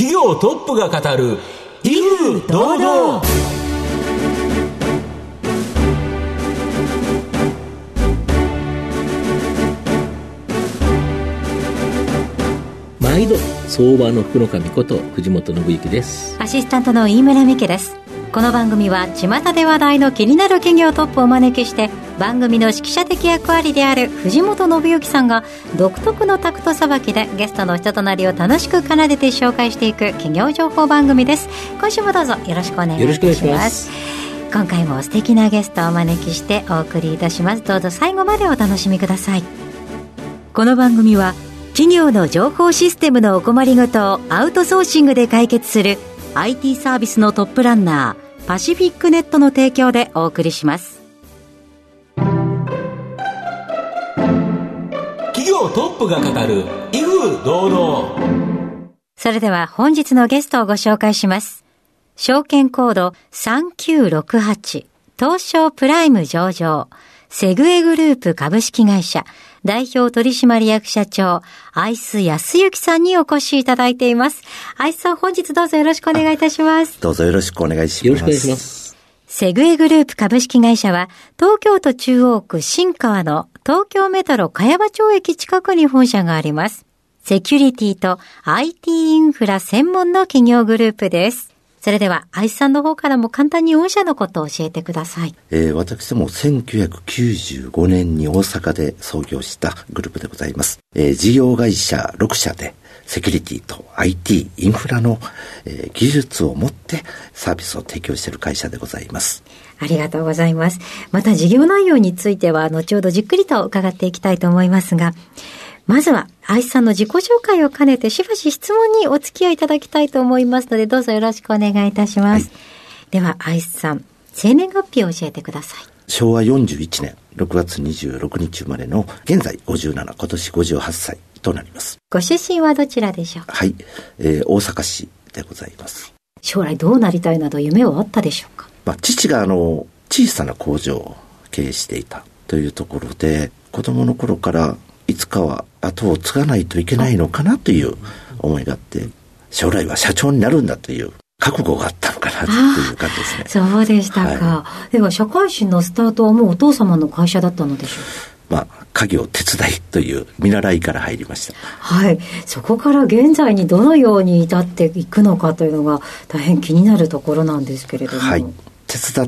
企業トップが語る威風堂々。 毎度相場の福の神こと藤本信之です。 アシスタントの飯村美希です。この番組は巷で話題の気になる企業トップをお招きして、番組の指揮者的役割である藤本信之さんが独特のタクトさばきでゲストの人となりを楽しく奏でて紹介していく企業情報番組です。今週もどうぞよろしくお願いいたします。今回も素敵なゲストをお招きしてお送りいたします。どうぞ最後までお楽しみください。この番組は企業の情報システムのお困りごとをアウトソーシングで解決する IT サービスのトップランナーパシフィックネットの提供でお送りします。 企業トップが語る威風堂々。 それでは本日のゲストをご紹介します。証券コード3968東証プライム上場セグエグループ株式会社代表取締役社長愛須康之さんにお越しいただいています。愛須さん、本日どうぞよろしくお願いいたします。 どうぞよろしくお願いします。 よろしくお願いします。 セグエグループ株式会社は東京都中央区新川の東京メトロ茅場町駅近くに本社があります。セキュリティと IT インフラ専門の企業グループです。それでは愛須さんの方からも簡単に御社のことを教えてください。 私ども1995年に大阪で創業したグループでございます。事業会社6社でセキュリティと IT インフラの、技術を持ってサービスを提供している会社でございます。 ありがとうございます。また事業内容については後ほどじっくりと伺っていきたいと思いますが、まずは愛須さんの自己紹介を兼ねてしばし質問にお付き合いいただきたいと思いますので、どうぞよろしくお願いいたします。はい、では愛須さん、生年月日を教えてください。 昭和41年6月26日生まれの現在57、今年58歳となります。 ご出身はどちらでしょうか？ はい、大阪市でございます。 将来どうなりたいなど夢はあったでしょうか？ 父が小さな工場を経営していたというところで、子供の頃からいつかは後を継がないといけないのかなという思いがあって、将来は社長になるんだという覚悟があったのかなという感じですね。 そうでしたか。はい、では社会人のスタートはもうお父様の会社だったのでしょうか？ 家業手伝いという見習いから入りました。 はい。そこから現在にどのように至っていくのかというのが大変気になるところなんですけれども。 はい。手伝って、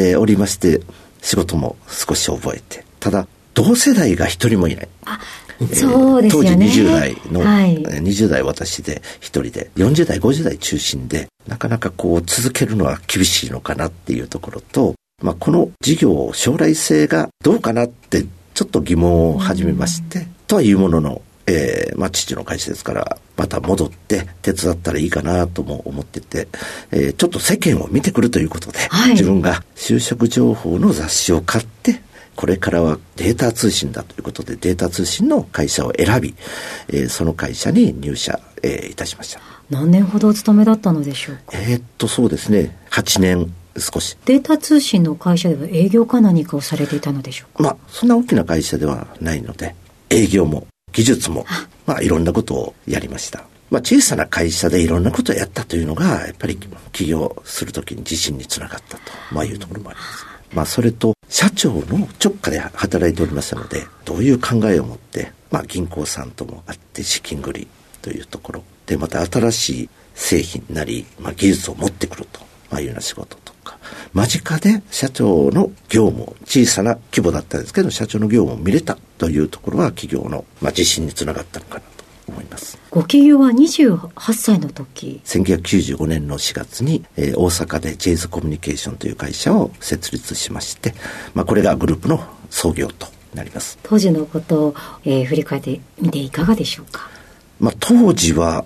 おりまして、仕事も少し覚えて、ただ同世代が一人もいない。 そうですよね。 当時20代の、 はい、 20代私で一人で、40代50代中心で、なかなか続けるのは厳しいのかなっていうところと、この事業将来性がどうかなってちょっと疑問を始めまして、とはいうものの、父の会社ですからまた戻って手伝ったらいいかなとも思ってて、ちょっと世間を見てくるということで、はい、自分が就職情報の雑誌を買ってこれからはデータ通信だということでデータ通信の会社を選び、その会社に入社、いたしました。 何年ほどお勤めだったのでしょうか？ そうですね、8年少し。 データ通信の会社では営業か何かをされていたのでしょうか？ そんな大きな会社ではないので営業も技術もいろんなことをやりました。小さな会社でいろんなことをやったというのがやっぱり起業するときに自信につながったと、いうところもあります。それと社長の直下で働いておりましたので、どういう考えを持って、銀行さんともあって資金繰りというところで、また新しい製品なり、技術を持ってくるというような仕事とか、間近で社長の業務を、小さな規模だったんですけど社長の業務を見れたというところは企業の自信につながったのかなと思います。 ご起業は28歳の時、 1995年の4月に、大阪でジェイズコミュニケーションという会社を設立しまして、これがグループの創業となります。 当時のことを、振り返ってみていかがでしょうか？ 当時は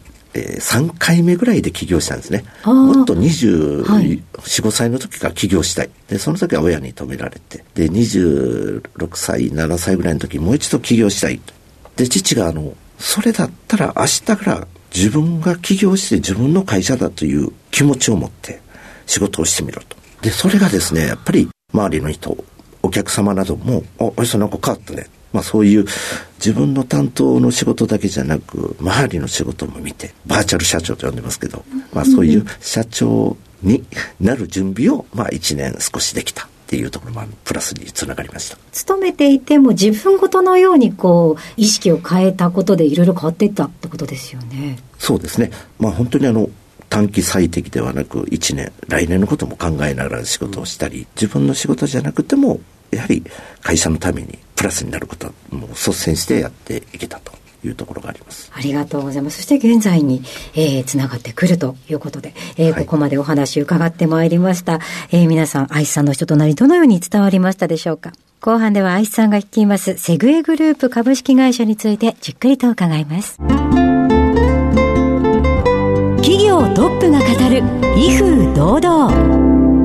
3回目ぐらいで起業したんですね。もっと24、5歳の時から起業したい。で、その時は親に止められて、で、26歳、7歳ぐらいの時もう一度起業したい。で、父がそれだったら明日から自分が起業して自分の会社だという気持ちを持って仕事をしてみろと。で、それがですね、やっぱり周りの人、お客様なども、あれさんなんか変わったねっそういう自分の担当の仕事だけじゃなく周りの仕事も見て、バーチャル社長と呼んでますけど、そういう社長になる準備を1年少しできたっていうところもプラスにつながりました。 勤めていても自分ごとのように意識を変えたことでいろいろ変わっていったってことですよね。 そうですね。本当に短期最適ではなく1年、来年のことも考えながら仕事をしたり、自分の仕事じゃなくてもやはり会社のためにプラスになることはもう率先してやっていけたというところがあります。 ありがとうございます。そして現在に、つながってくるということで、ここまでお話伺ってまいりました。皆さん、愛さんの人となりどのように伝わりましたでしょうか。後半では愛さんが率いますセグエグループ株式会社についてじっくりと伺います。企業トップが語る威風堂々。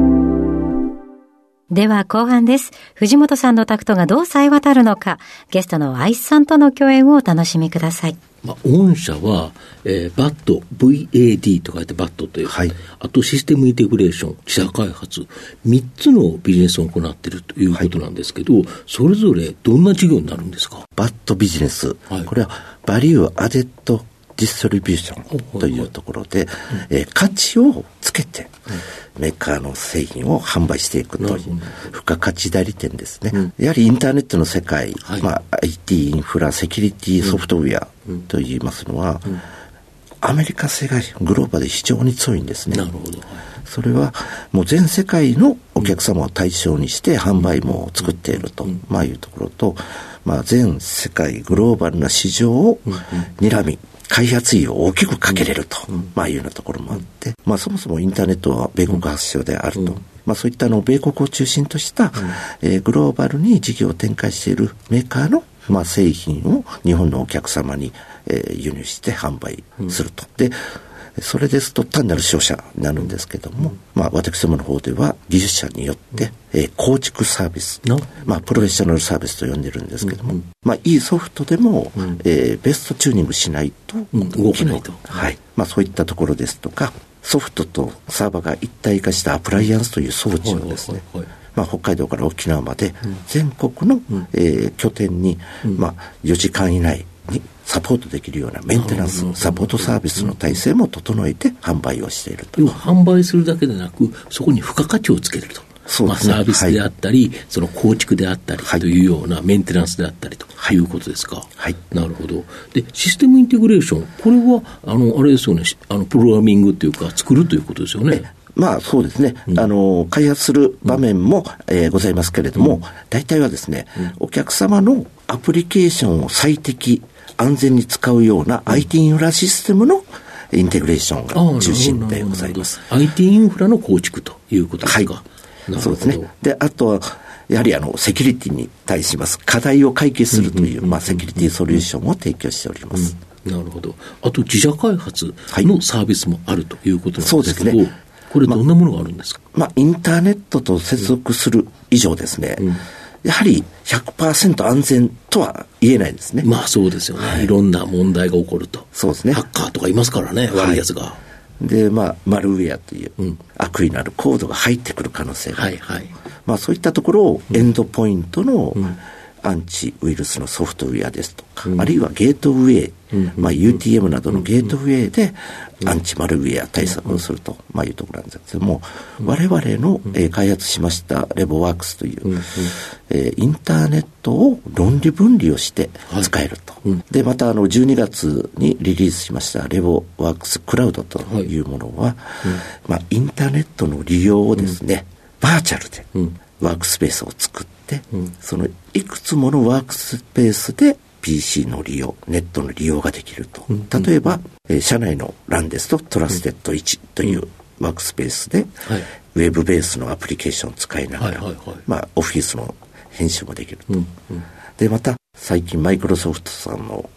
では後半です。藤本さんのタクトがどう冴え渡るのか、ゲストの愛さんとの共演をお楽しみください。 御社は、BAT、VAD と書いて BAT という、 はい、 あとシステムインテグレーション、自社開発、3つのビジネスを行っているということなんですけど、それぞれどんな事業になるんですか。 BAT ビジネス、これはバリューアデッドディストリビューションというところで、価値をつけてメーカーの製品を販売していくという付加価値代理店ですね。やはりインターネットの世界、IT インフラセキュリティソフトウェアといいますのは、アメリカ製がグローバルで非常に強いんですね。 なるほど。 それはもう全世界のお客様を対象にして販売も作っていると、いうところと、全世界グローバルな市場を睨み、開発費を大きくかけれると、いうようなところもあって、そもそもインターネットは米国発祥であると、そういった米国を中心とした、グローバルに事業を展開しているメーカーの、製品を日本のお客様に、輸入して販売すると。でそれですと単なる商社になるんですけども、私どもの方では技術者によって、構築サービス、プロフェッショナルサービスと呼んでるんですけども、いいソフトでも、ベストチューニングしないと動かないと、そういったところですとか、ソフトとサーバーが一体化したアプライアンスという装置をですね、北海道から沖縄まで全国の、拠点に、4時間以内にサポートできるようなメンテナンス、サポートサービスの体制も整えて販売をしていると。 要は販売するだけでなく、そこに付加価値をつけると。 そうですね。 サービスであったり、その構築であったりというようなメンテナンスであったりということですか。なるほど。で、システムインテグレーション、これはあれですよね、プログラミングというか作るということですよね。 そうですね、開発する場面も、ございますけれども、大体はですね、お客様のアプリケーションを最適安全に使うような IT インフラシステムのインテグレーションが中心でございます。 IT インフラの構築ということですか。 そうですね。で、あとはやはりセキュリティに対します課題を解決するという、セキュリティソリューションを提供しております。 なるほど。あと自社開発のサービスもあるということなんですけど、 そうですね。 これどんなものがあるんですか。 インターネットと接続する以上ですね、やはり 100% 安全とは言えないですね。 そうですよね、いろんな問題が起こると。 そうですね。 ハッカーとかいますからね、悪いやつが。 で、マルウェアという悪意のあるコードが入ってくる可能性がある。そういったところをエンドポイントのアンチウイルスのソフトウェアですとか、あるいはゲートウェイ、UTM などのゲートウェイでアンチマルウェア対策をすると、いうところなんですけども、我々の、開発しましたレボワークスという、インターネットを論理分離をして使えると。で、また12月にリリースしましたレボワークスクラウドというものは、インターネットの利用をですね、バーチャルでワークスペースを作って、そのいくつものワークスペースで PC の利用、ネットの利用ができると。例えば、社内の LAN ですとトラステッド1というワークスペースで、ウェブベースのアプリケーションを使いながら、オフィスの編集もできると。で、また最近マイクロソフトさんの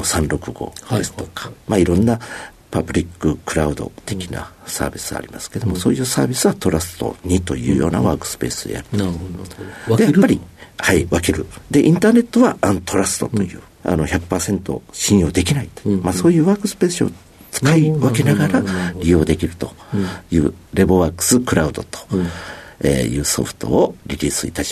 M365 ですとか、いろんなパブリッククラウド的なサービスありますけども、そういうサービスはトラスト2というようなワークスペースでやると。で、やっぱり分ける。で、インターネットはアントラストという、100% 信用できないという、そういうワークスペースを使い分けながら利用できるというレボワークスクラウドというソフトをリリースいたしました。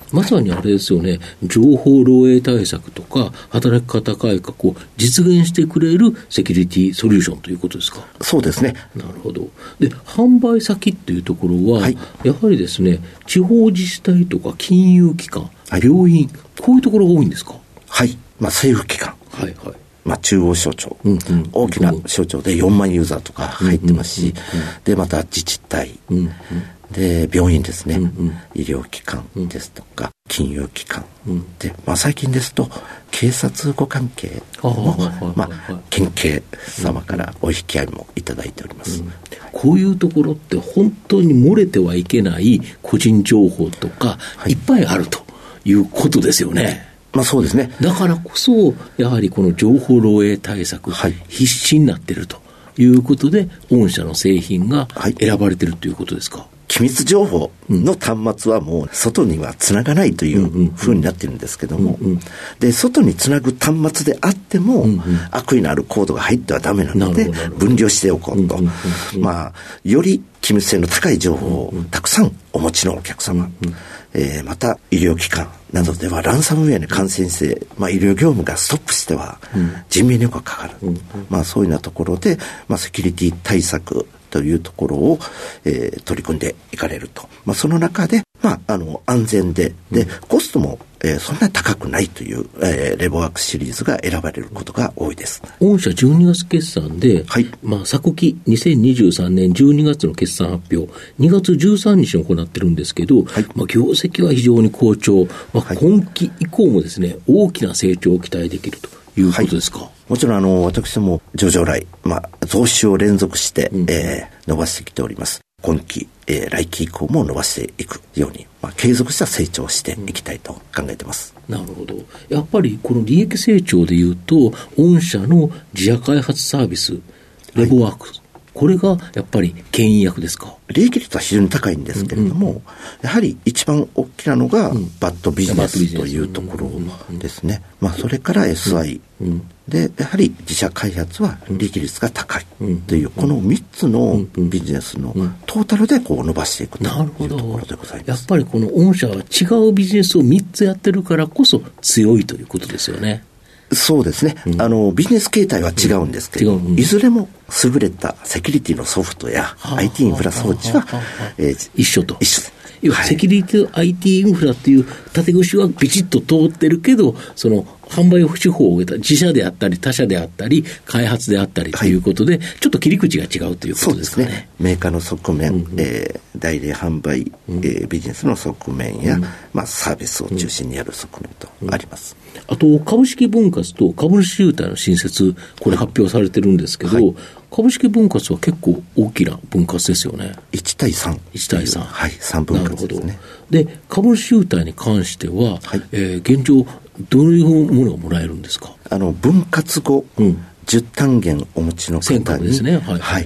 まさにあれですよね、情報漏洩対策とか働き方改革を実現してくれるセキュリティソリューションということですか。 そうですね。 なるほど。で、販売先っていうところは、 はい、 やはりですね、地方自治体とか金融機関、病院、こういうところが多いんですか。 はい。政府機関。 はいはい。 中央省庁、大きな省庁で4万ユーザーとか入ってますし、で、また自治体、で、病院ですね、医療機関ですとか、金融機関、で、最近ですと、警察ご関係も、県警様からお引き合いもいただいております。 こういうところって本当に漏れてはいけない個人情報とか、いっぱいあるということですよね。 そうですね。 だからこそ、やはりこの情報漏洩対策、必死になっているということで、御社の製品が選ばれているということですか。 機密情報の端末はもう外にはつながないというふうになってるんですけども、で、外につなぐ端末であっても、悪意のあるコードが入ってはダメなので、分離しておこうと。より機密性の高い情報をたくさんお持ちのお客様、また医療機関などではランサムウェアに感染して、医療業務がストップしては人命によくかかる。そういうようなところで、セキュリティ対策というところを、取り組んでいかれると。その中で、安全で、コストも、そんなに高くないという、レボワークシリーズが選ばれることが多いです。 御社12月決算で、昨期2023年12月の決算発表、2月13日に行ってるんですけど、業績は非常に好調、今期以降もですね、大きな成長を期待できるということですか。 もちろん私ども上場来、増収を連続して、伸ばしてきております。今期、来期以降も伸ばしていくように、継続した成長をしていきたいと考えています。 なるほど。やっぱりこの利益成長でいうと、御社の自社開発サービス、レボワーク、これがやっぱり牽引役ですか。 利益率は非常に高いんですけれども、やはり一番大きなのがバッドビジネスというところですね。それから SI、で、やはり自社開発は利益率が高いという、この3つのビジネスのトータルで伸ばしていくというところでございます。 やっぱりこの御社は違うビジネスを3つやってるからこそ強いということですよね。 そうですね。ビジネス形態は違うんですけど、いずれも優れたセキュリティのソフトや IT インフラ装置は、 一緒と。 一緒です。 要はセキュリティ IT インフラっていう縦串はビチッと通ってるけど、その販売手法を得た自社であったり他社であったり開発であったりということで、ちょっと切り口が違うということですかね。そうですね。 メーカーの側面、代理販売、ビジネスの側面や、サービスを中心にやる側面とあります。 あと株式分割と株主優待の新設、これ発表されてるんですけど、株式分割は結構大きな分割ですよね。 1対3。 1対3。 3分割ですね。 で、株主優待に関しては、現状、どういうものがもらえるんですか。 分割後、10単元お持ちの方に、 ですね。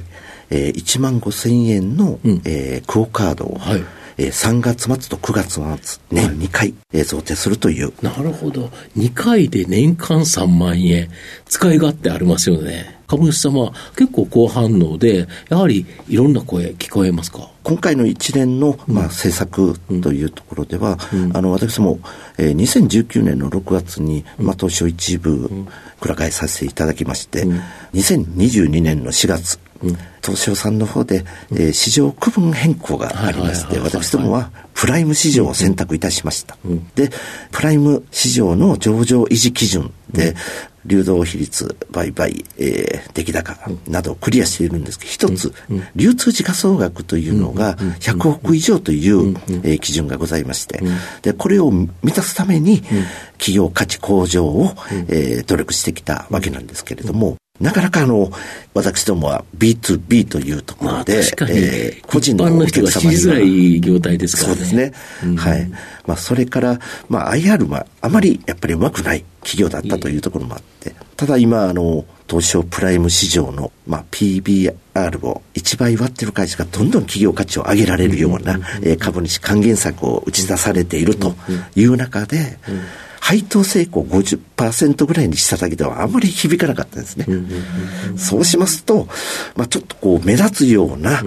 1万5,000円の、クオカードを、3月末と9月末、年2回、贈呈するという。 なるほど。2回で年間3万円。使い勝手ありますよね。株主様は結構好反応で、やはりいろんな声聞こえますか。 今回の一連の、政策というところでは、私も、2019年の6月に、東証一部、くら替えさせていただきまして、2022年の4月、東証さんの方で、市場区分変更がありまして、私どもはプライム市場を選択いたしました。で、プライム市場の上場維持基準で、流動比率、売買、出来高などをクリアしているんですけど、一つ、流通時価総額というのが100億以上という、基準がございまして、で、これを満たすために、企業価値向上を、努力してきたわけなんですけれども、なかなか私どもは B2B というところで、 確かに個人のお客様には知りづらい業態ですからね。 そうですね。それから、IR はあまりやっぱりうまくない企業だったというところもあって、ただ今、東証プライム市場の、PBR を1倍割っている会社がどんどん企業価値を上げられるような、株主還元策を打ち出されているという中で、 配当成功 50% ぐらいにしただけではあんまり響かなかったんですね。そうしますと、ちょっとこう目立つような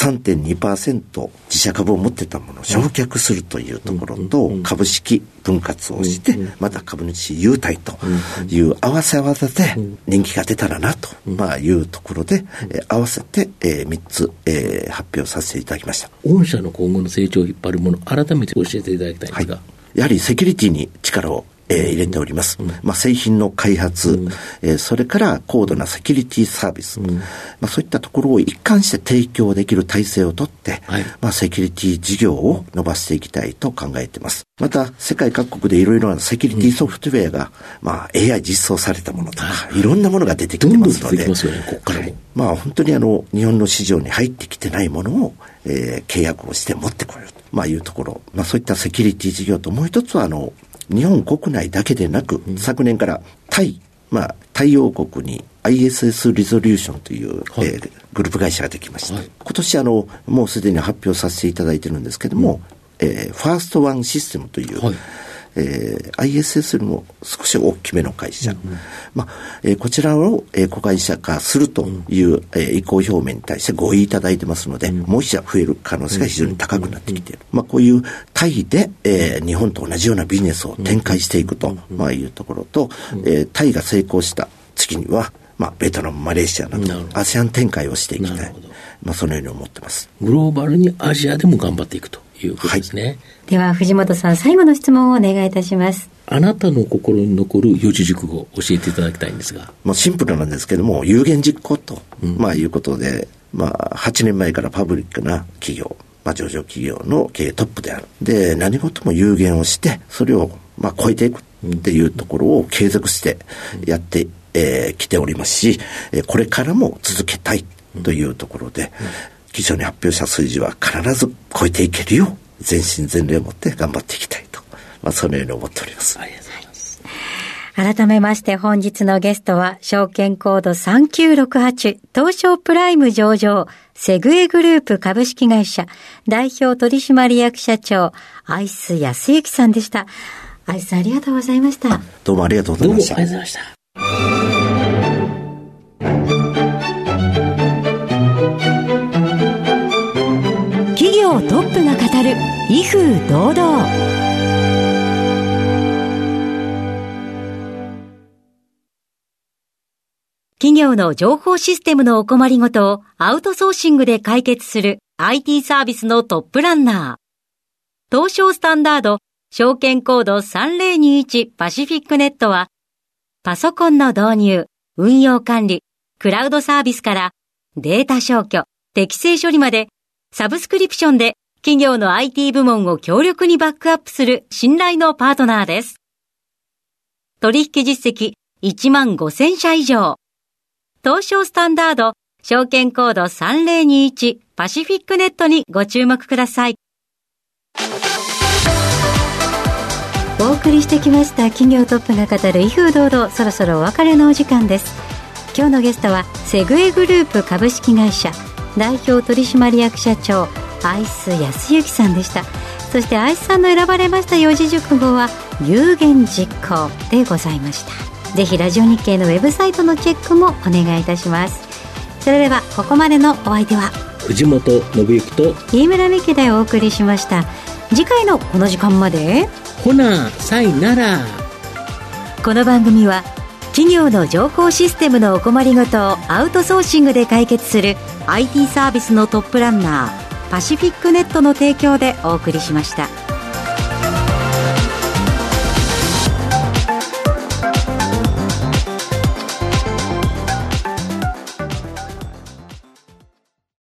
3.2% 自社株を持ってたものを償却するというところと、株式分割をして、また株主優待という合わせで人気が出たらなというところで、合わせて3つ発表させていただきました。 御社の今後の成長を引っ張るもの、改めて教えていただきたいんですが、 やはりセキュリティに力を入れております。製品の開発、それから高度なセキュリティサービス、そういったところを一貫して提供できる体制をとって、セキュリティ事業を伸ばしていきたいと考えています。また世界各国でいろいろなセキュリティソフトウェアが、AI 実装されたものとか、いろんなものが出てきてますので、 どんどん出てきますよね、ここからも。 本当に日本の市場に入ってきてないものを、契約をして持ってこようと、いうところ、そういったセキュリティ事業と、もう一つは日本国内だけでなく、昨年からタイ王国に ISS リゾリューションという、グループ会社ができました。今年もうすでに発表させていただいてるんですけども、ファーストワンシステムという、ISS よりも少し大きめの会社、こちらを、子会社化するという、意向表明に対して合意いただいてますので、もう一社増える可能性が非常に高くなってきている。こういうタイで、日本と同じようなビジネスを展開していくと、いうところと、タイが成功した次には、ベトナム、マレーシアなど ASEAN 展開をしていきたい、そのように思ってます。 グローバルにアジアでも頑張っていくということですね。 では藤本さん、最後の質問をお願いいたします。 あなたの心に残る四字熟語を教えていただきたいんですが、 シンプルなんですけども、有言実行と、いうことで、8年前からパブリックな企業、上場企業の経営トップである。で、何事も有言をして、それを超えていくっていうところを継続してやってきておりますし、これからも続けたいというところで、基準に発表した数字は必ず超えていけるよう、全身全霊を持って頑張っていきたいと、そのように思っております。 ありがとうございます。 改めまして本日のゲストは、証券コード3968東証プライム上場セグエグループ株式会社代表取締役社長相須康之さんでした。相須さん、ありがとうございました。 どうもありがとうございました。 どうもありがとうございました。 企業トップが語る威風堂々。企業の情報システムのお困りごとをアウトソーシングで解決する IT サービスのトップランナー。東証スタンダード証券コード3021パシフィックネットは、パソコンの導入、運用管理、クラウドサービスからデータ消去、適正処理まで、サブスクリプションで企業の IT 部門を強力にバックアップする信頼のパートナーです。取引実績15,000社以上。東証スタンダード証券コード3021パシフィックネットにご注目ください。お送りしてきました企業トップが語る威風堂々、そろそろお別れのお時間です。今日のゲストはセグエグループ株式会社代表取締役社長相須康之さんでした。そして相須さんの選ばれました四字熟語は有言実行でございました。ぜひラジオ日経のウェブサイトのチェックもお願いいたします。それではここまでのお相手は藤本信之と飯村美希でお送りしました。次回のこの時間までほなさいなら。 この番組は企業の情報システムのお困りごとをアウトソーシングで解決する IT サービスのトップランナーパシフィックネットの提供でお送りしました。